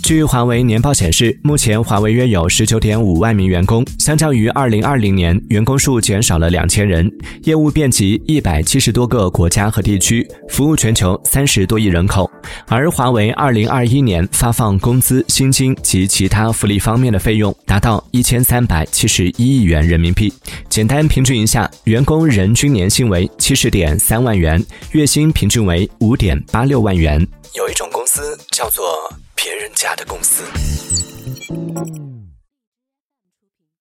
据华为年报显示，目前华为约有 19.5 万名员工，相较于2020年，员工数减少了2000人，业务遍及170多个国家和地区，服务全球30多亿人口。而华为2021年发放工资、薪金及其他福利方面的费用达到1371亿元人民币。简单平均一下，员工人均年薪为 70.3 万元，月薪平均为 5.86 万元。有一种公司叫做别人家的公司。